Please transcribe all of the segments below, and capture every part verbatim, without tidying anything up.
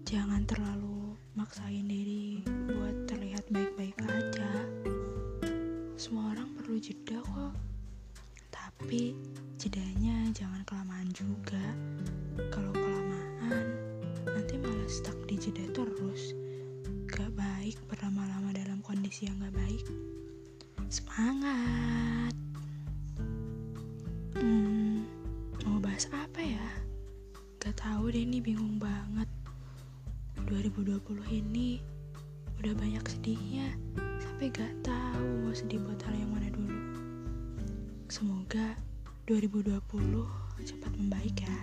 Jangan terlalu maksain diri buat terlihat baik-baik aja. Semua orang perlu jeda kok. Tapi jedanya jangan kelamaan juga. Kalau kelamaan, nanti malah stuck di jeda terus. Gak baik berlama-lama dalam kondisi yang gak baik. Semangat! Hmm, mau bahas apa ya? Gak tahu deh, ini bingung banget. dua ribu dua puluh ini udah banyak sedihnya, sampai gak tahu mau sedih buat hal yang mana dulu. Semoga dua ribu dua puluh cepat membaik ya.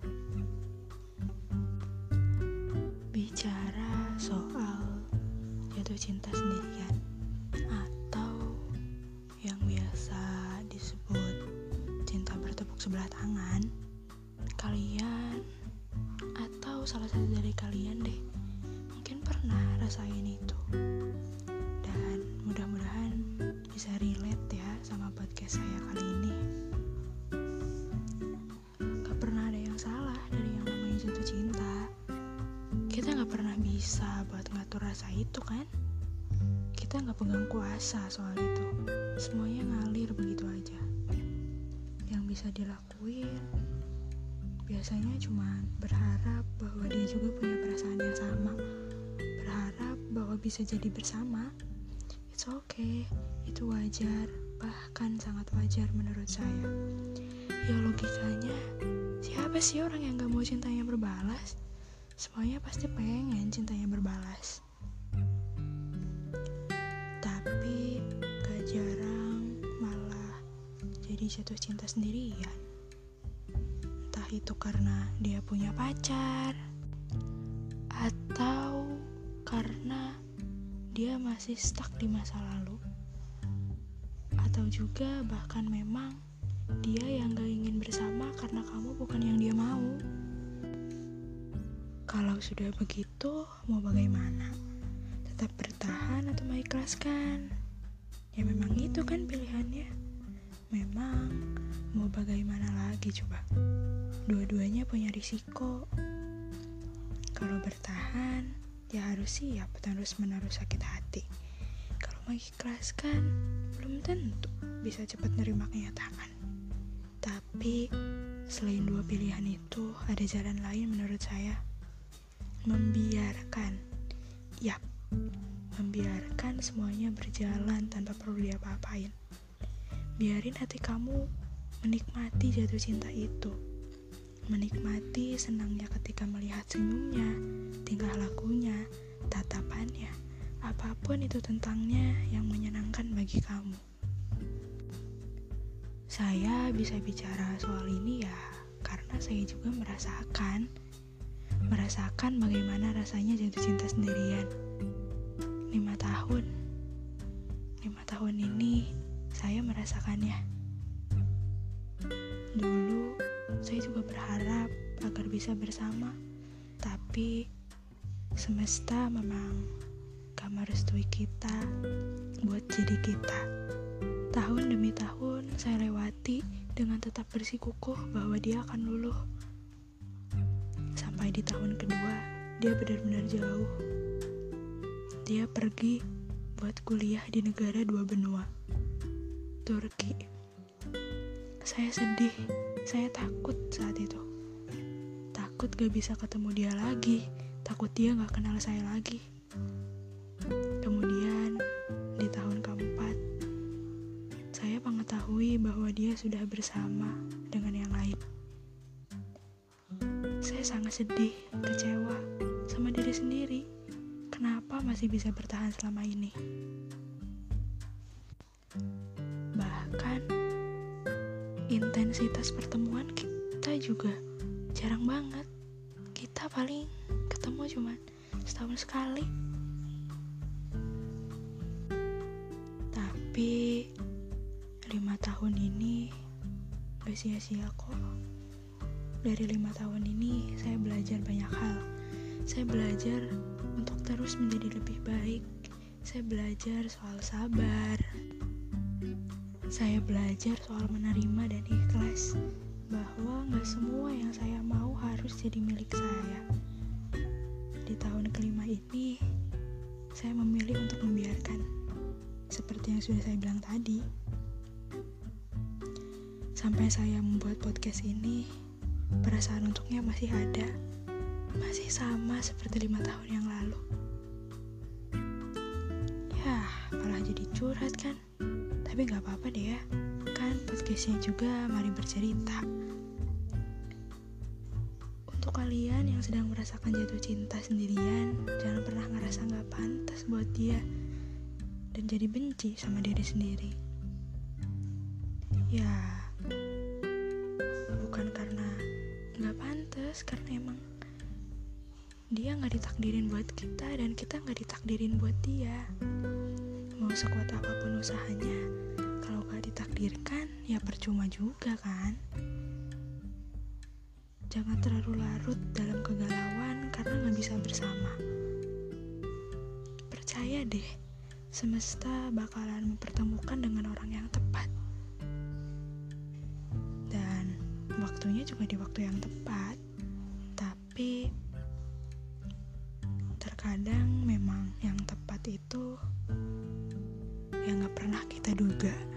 Bicara soal jatuh cinta sendirian atau yang biasa disebut cinta bertepuk sebelah tangan, kalian atau salah satu dari kalian deh mungkin pernah rasain itu, dan mudah-mudahan bisa relate ya sama podcast saya kali ini. Gak pernah ada yang salah dari yang namanya jatuh cinta. Kita gak pernah bisa buat ngatur rasa itu kan. Kita gak pegang kuasa soal itu. Semuanya ngalir begitu aja. Yang bisa dilakuin biasanya cuma berharap bahwa dia juga punya perasaan yang sama, berharap bahwa bisa jadi bersama. It's okay, itu wajar, bahkan sangat wajar menurut saya. Ya logikanya, siapa sih orang yang gak mau cintanya berbalas? Semuanya pasti pengen cintanya berbalas. Tapi gak jarang malah jadi jatuh cinta sendirian. Itu karena dia punya pacar, atau karena dia masih stuck di masa lalu, atau juga bahkan memang dia yang gak ingin bersama karena kamu bukan yang dia mau. Kalau sudah begitu, mau bagaimana? Tetap bertahan atau mengikhlaskan? Ya memang itu kan pilihannya. Memang mau bagaimana lagi coba? Dua-duanya punya risiko. Kalau bertahan, ya harus siap terus-menerus sakit hati. Kalau mengikhlaskan, belum tentu bisa cepat nerima kenyataan. Tapi selain dua pilihan itu, ada jalan lain menurut saya. Membiarkan, yap, membiarkan semuanya berjalan tanpa perlu diapa-apain. Biarin hati kamu menikmati jatuh cinta itu. Menikmati senangnya ketika melihat senyumnya, tingkah lakunya, tatapannya, apapun itu tentangnya yang menyenangkan bagi kamu. Saya bisa bicara soal ini ya karena saya juga merasakan merasakan bagaimana rasanya jatuh cinta sendirian. Lima tahun lima tahun ini saya merasakannya. Dulu saya juga berharap agar bisa bersama, tapi semesta memang gak merestui kita buat jadi kita. Tahun demi tahun saya lewati dengan tetap bersikukuh bahwa dia akan luluh. Sampai di tahun kedua, dia benar-benar jauh. Dia pergi buat kuliah di negara dua benua, Turki. Saya sedih, saya takut saat itu. Takut gak bisa ketemu dia lagi, takut dia gak kenal saya lagi. Kemudian, di tahun keempat, saya mengetahui bahwa dia sudah bersama dengan yang lain. Saya sangat sedih, kecewa sama diri sendiri. Kenapa masih bisa bertahan selama ini? Bahkan intensitas pertemuan kita juga jarang banget. Kita paling ketemu cuma setahun sekali. Tapi lima tahun ini gak sia-sia kok. Dari lima tahun ini saya belajar banyak hal. Saya belajar untuk terus menjadi lebih baik. Saya belajar soal sabar. Saya belajar soal menerima dan ikhlas, bahwa gak semua yang saya mau harus jadi milik saya. Di di tahun kelima ini, saya memilih untuk membiarkan. Seperti yang sudah saya bilang tadi, sampai saya membuat podcast ini, perasaan untuknya masih ada, masih sama seperti lima tahun yang lalu. Ya, malah jadi curhat kan? Tapi gak apa-apa deh ya, kan podcastnya juga mari bercerita. Untuk kalian yang sedang merasakan jatuh cinta sendirian, jangan pernah ngerasa gak pantas buat dia dan jadi benci sama diri sendiri. Ya, bukan karena gak pantas, karena emang dia gak ditakdirin buat kita dan kita gak ditakdirin buat dia. Mau sekuat apapun usahanya, kalau gak ditakdirkan ya percuma juga kan. Jangan terlalu larut dalam kegalauan karena gak bisa bersama. Percaya deh, semesta bakalan mempertemukan dengan orang yang tepat. Dan waktunya juga di waktu yang tepat. Tapi terkadang memang yang tepat itu yang gak pernah kita duga.